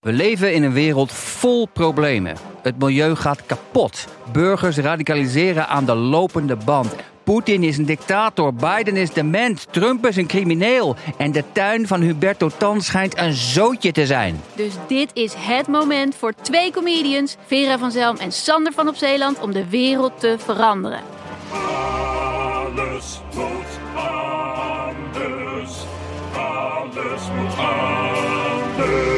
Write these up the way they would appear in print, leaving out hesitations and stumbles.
We leven in een wereld vol problemen. Het milieu gaat kapot. Burgers radicaliseren aan de lopende band. Poetin is een dictator, Biden is dement, Trump is een crimineel. En de tuin van Huberto Tan schijnt een zootje te zijn. Dus dit is het moment voor 2 comedians, Vera van Zelm en Sander van Opzeeland, om de wereld te veranderen. Alles moet anders. Alles moet anders.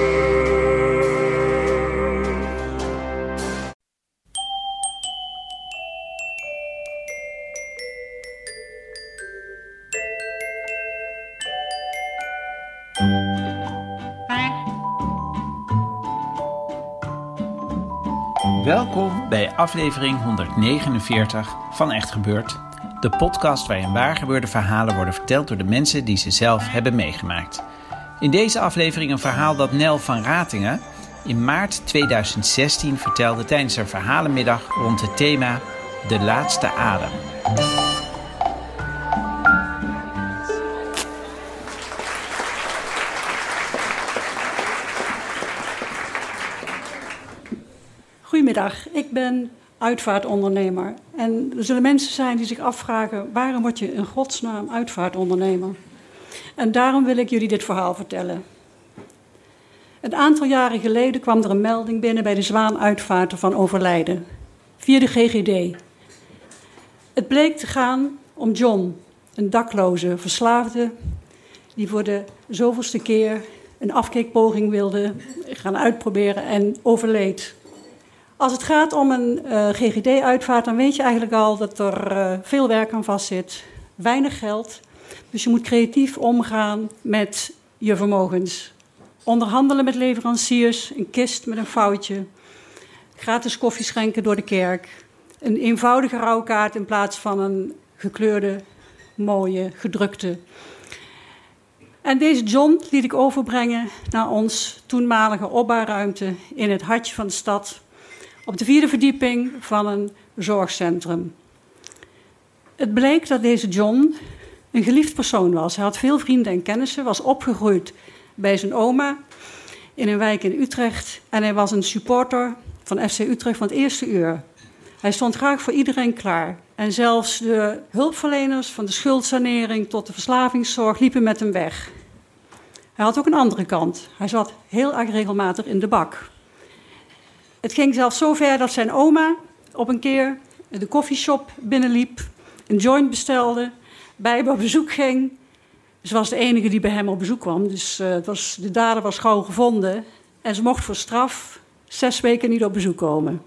Welkom bij aflevering 149 van Echt Gebeurd. De podcast waarin waargebeurde verhalen worden verteld door de mensen die ze zelf hebben meegemaakt. In deze aflevering een verhaal dat Nel van Ratingen in maart 2016 vertelde tijdens een verhalenmiddag rond het thema De Laatste Adem. Goedemiddag, ik ben uitvaartondernemer. En er zullen mensen zijn die zich afvragen, waarom word je in godsnaam uitvaartondernemer? En daarom wil ik jullie dit verhaal vertellen. Een aantal jaren geleden kwam er een melding binnen bij de Zwaan-uitvaarten van overlijden, via de GGD. Het bleek te gaan om John, een dakloze verslaafde, die voor de zoveelste keer een afkeekpoging wilde gaan uitproberen en overleed. Als het gaat om een GGD-uitvaart, dan weet je eigenlijk al dat er veel werk aan vastzit, weinig geld. Dus je moet creatief omgaan met je vermogens. Onderhandelen met leveranciers, een kist met een foutje, gratis koffie schenken door de kerk, een eenvoudige rouwkaart in plaats van een gekleurde, mooie, gedrukte. En deze John liet ik overbrengen naar ons toenmalige opbaarruimte in het hartje van de stad, op de 4e verdieping van een zorgcentrum. Het bleek dat deze John een geliefd persoon was. Hij had veel vrienden en kennissen, was opgegroeid bij zijn oma in een wijk in Utrecht. En hij was een supporter van FC Utrecht van het eerste uur. Hij stond graag voor iedereen klaar. En zelfs de hulpverleners van de schuldsanering tot de verslavingszorg liepen met hem weg. Hij had ook een andere kant. Hij zat heel erg regelmatig in de bak. Het ging zelfs zo ver dat zijn oma op een keer de koffieshop binnenliep, een joint bestelde, bij hem op bezoek ging. Ze was de enige die bij hem op bezoek kwam, dus de dader was gauw gevonden. En ze mocht voor straf 6 weken niet op bezoek komen.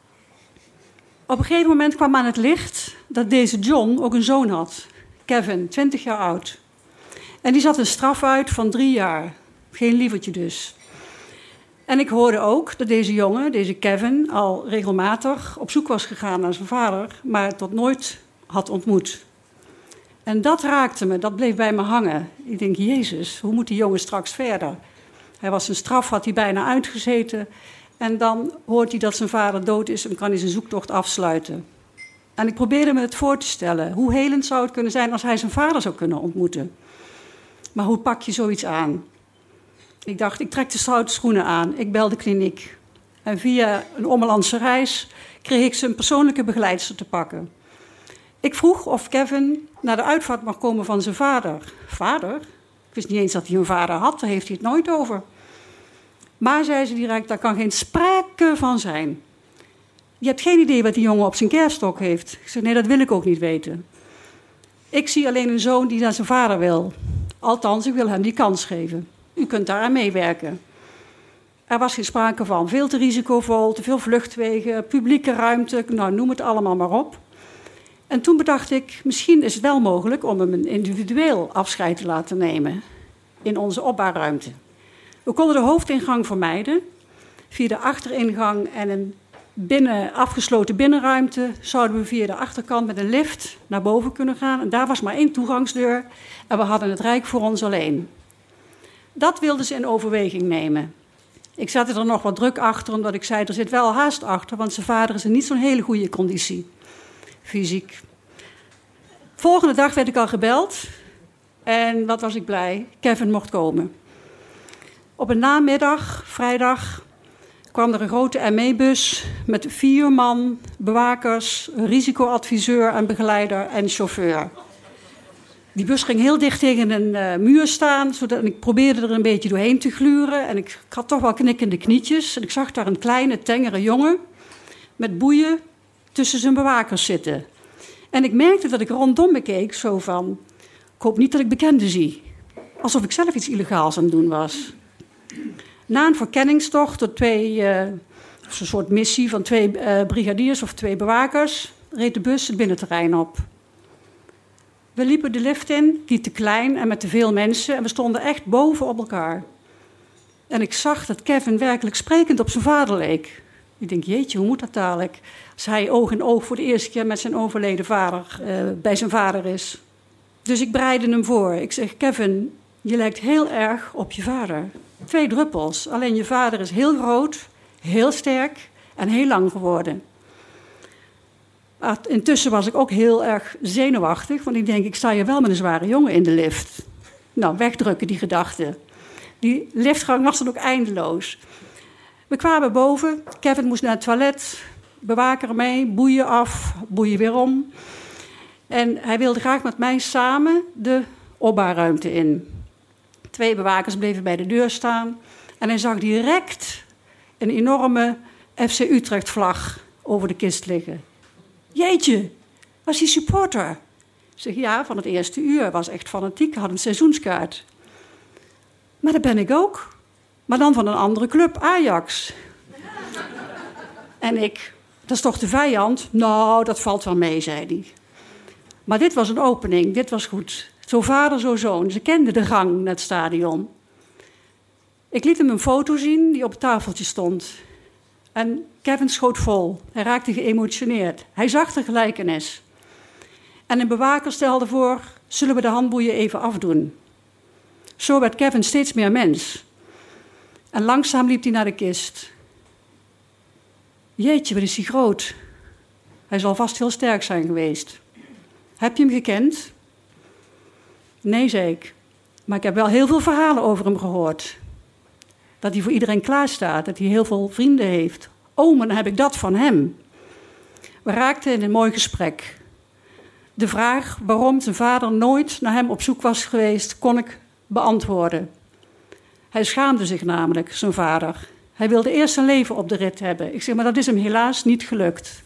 Op een gegeven moment kwam aan het licht dat deze John ook een zoon had, Kevin, 20 jaar oud. En die zat een straf uit van 3 jaar, geen lievertje dus. En ik hoorde ook dat deze jongen, deze Kevin, al regelmatig op zoek was gegaan naar zijn vader, maar het tot nooit had ontmoet. En dat raakte me, dat bleef bij me hangen. Ik denk, Jezus, hoe moet die jongen straks verder? Hij was zijn straf, had hij bijna uitgezeten. En dan hoort hij dat zijn vader dood is en kan hij zijn zoektocht afsluiten. En ik probeerde me het voor te stellen. Hoe helend zou het kunnen zijn als hij zijn vader zou kunnen ontmoeten? Maar hoe pak je zoiets aan? Ik dacht, ik trek de stoute schoenen aan. Ik bel de kliniek. En via een ommelandse reis kreeg ik zijn persoonlijke begeleidster te pakken. Ik vroeg of Kevin naar de uitvaart mag komen van zijn vader. Vader? Ik wist niet eens dat hij een vader had, daar heeft hij het nooit over. Maar, zei ze direct, daar kan geen sprake van zijn. Je hebt geen idee wat die jongen op zijn kerststok heeft. Ik zei, nee, dat wil ik ook niet weten. Ik zie alleen een zoon die naar zijn vader wil. Althans, ik wil hem die kans geven. U kunt daaraan meewerken. Er was geen sprake van. Veel te risicovol, te veel vluchtwegen, publieke ruimte, nou, noem het allemaal maar op. En toen bedacht ik, misschien is het wel mogelijk om hem een individueel afscheid te laten nemen in onze opbaarruimte. We konden de hoofdingang vermijden. Via de achteringang en een afgesloten binnenruimte zouden we via de achterkant met een lift naar boven kunnen gaan. En daar was maar 1 toegangsdeur en we hadden het rijk voor ons alleen. Dat wilden ze in overweging nemen. Ik zette er nog wat druk achter, omdat ik zei, er zit wel haast achter, want zijn vader is in niet zo'n hele goede conditie, fysiek. Volgende dag werd ik al gebeld en wat was ik blij, Kevin mocht komen. Op een namiddag, vrijdag, kwam er een grote ME-bus met 4 man, bewakers, een risicoadviseur en begeleider en chauffeur. Die bus ging heel dicht tegen een muur staan, zodat ik probeerde er een beetje doorheen te gluren. En ik had toch wel knikkende knietjes. En ik zag daar een kleine, tengere jongen met boeien tussen zijn bewakers zitten. En ik merkte dat ik rondom me keek, zo van, ik hoop niet dat ik bekenden zie. Alsof ik zelf iets illegaals aan het doen was. Na een verkenningstocht door een soort missie van 2 brigadiers of 2 bewakers, reed de bus het binnenterrein op. We liepen de lift in, die te klein en met te veel mensen, en we stonden echt boven op elkaar. En ik zag dat Kevin werkelijk sprekend op zijn vader leek. Ik denk, jeetje, hoe moet dat dadelijk? Als hij oog in oog voor de eerste keer met zijn overleden vader bij zijn vader is. Dus ik bereidde hem voor. Ik zeg, Kevin, je lijkt heel erg op je vader. 2 druppels, alleen je vader is heel groot, heel sterk en heel lang geworden. Maar intussen was ik ook heel erg zenuwachtig, want ik denk, ik sta hier wel met een zware jongen in de lift. Nou, wegdrukken die gedachte. Die liftgang was dan ook eindeloos. We kwamen boven, Kevin moest naar het toilet, bewaker mee, boeien af, boeien weer om. En hij wilde graag met mij samen de opbaarruimte in. 2 bewakers bleven bij de deur staan en hij zag direct een enorme FC Utrecht-vlag over de kist liggen. Jeetje, was die supporter? Ik zeg, ja, van het eerste uur. Was echt fanatiek, had een seizoenskaart. Maar dat ben ik ook. Maar dan van een andere club, Ajax. En ik, dat is toch de vijand? Nou, dat valt wel mee, zei hij. Maar dit was een opening, dit was goed. Zo vader, zo zoon. Ze kenden de gang naar het stadion. Ik liet hem een foto zien die op het tafeltje stond. En Kevin schoot vol. Hij raakte geëmotioneerd. Hij zag de gelijkenis. En een bewaker stelde voor, zullen we de handboeien even afdoen? Zo werd Kevin steeds meer mens. En langzaam liep hij naar de kist. Jeetje, wat is hij groot. Hij zal vast heel sterk zijn geweest. Heb je hem gekend? Nee, zei ik. Maar ik heb wel heel veel verhalen over hem gehoord. Dat hij voor iedereen klaar staat, dat hij heel veel vrienden heeft. Oh, maar dan heb ik dat van hem. We raakten in een mooi gesprek. De vraag waarom zijn vader nooit naar hem op zoek was geweest, kon ik beantwoorden. Hij schaamde zich namelijk, zijn vader. Hij wilde eerst zijn leven op de rit hebben. Ik zeg, maar dat is hem helaas niet gelukt.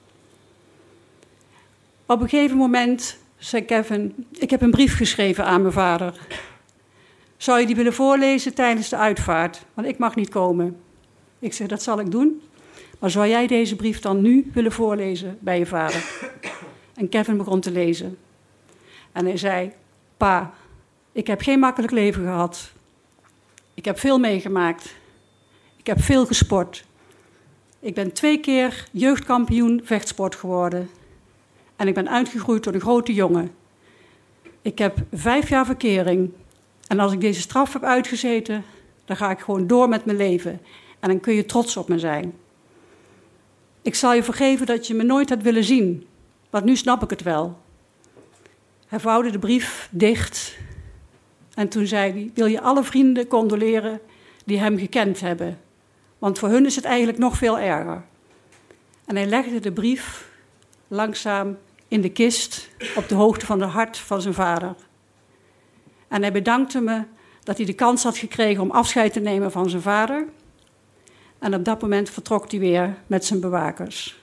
Op een gegeven moment zei Kevin, ik heb een brief geschreven aan mijn vader. Zou je die willen voorlezen tijdens de uitvaart? Want ik mag niet komen. Ik zeg, dat zal ik doen. Maar zou jij deze brief dan nu willen voorlezen bij je vader? En Kevin begon te lezen. En hij zei, pa, ik heb geen makkelijk leven gehad. Ik heb veel meegemaakt. Ik heb veel gesport. Ik ben 2 keer jeugdkampioen vechtsport geworden. En ik ben uitgegroeid tot een grote jongen. Ik heb 5 jaar verkering. En als ik deze straf heb uitgezeten, dan ga ik gewoon door met mijn leven. En dan kun je trots op me zijn. Ik zal je vergeven dat je me nooit had willen zien. Want nu snap ik het wel. Hij vouwde de brief dicht. En toen zei hij, wil je alle vrienden condoleren die hem gekend hebben? Want voor hun is het eigenlijk nog veel erger. En hij legde de brief langzaam in de kist op de hoogte van het hart van zijn vader. En hij bedankte me dat hij de kans had gekregen om afscheid te nemen van zijn vader. En op dat moment vertrok hij weer met zijn bewakers.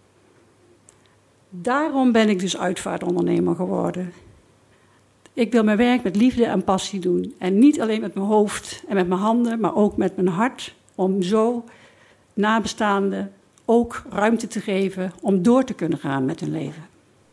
Daarom ben ik dus uitvaartondernemer geworden. Ik wil mijn werk met liefde en passie doen. En niet alleen met mijn hoofd en met mijn handen, maar ook met mijn hart. Om zo nabestaanden ook ruimte te geven om door te kunnen gaan met hun leven.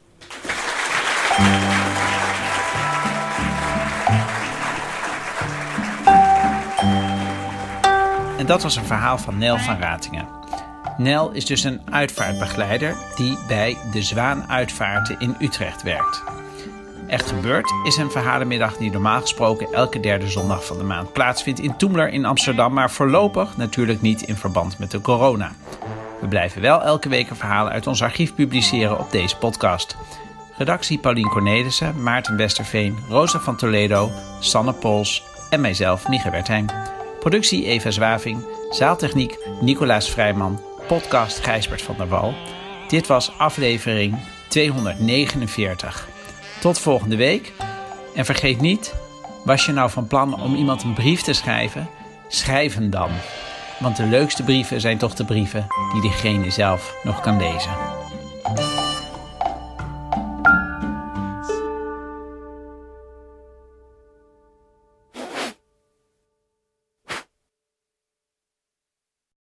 En dat was een verhaal van Nel van Ratingen. Nel is dus een uitvaartbegeleider die bij de Zwaan Uitvaarten in Utrecht werkt. Echt Gebeurd is een verhalenmiddag die normaal gesproken elke 3e zondag van de maand plaatsvindt in Toemler in Amsterdam, maar voorlopig natuurlijk niet in verband met de corona. We blijven wel elke week een verhalen uit ons archief publiceren op deze podcast. Redactie Paulien Cornelissen, Maarten Westerveen, Rosa van Toledo, Sanne Pols en mijzelf, Micha Wertheim. Productie Eva Zwaving, zaaltechniek Nicolaas Vrijman, podcast Gijsbert van der Wal. Dit was aflevering 249. Tot volgende week. En vergeet niet, was je nou van plan om iemand een brief te schrijven? Schrijf hem dan. Want de leukste brieven zijn toch de brieven die diegene zelf nog kan lezen.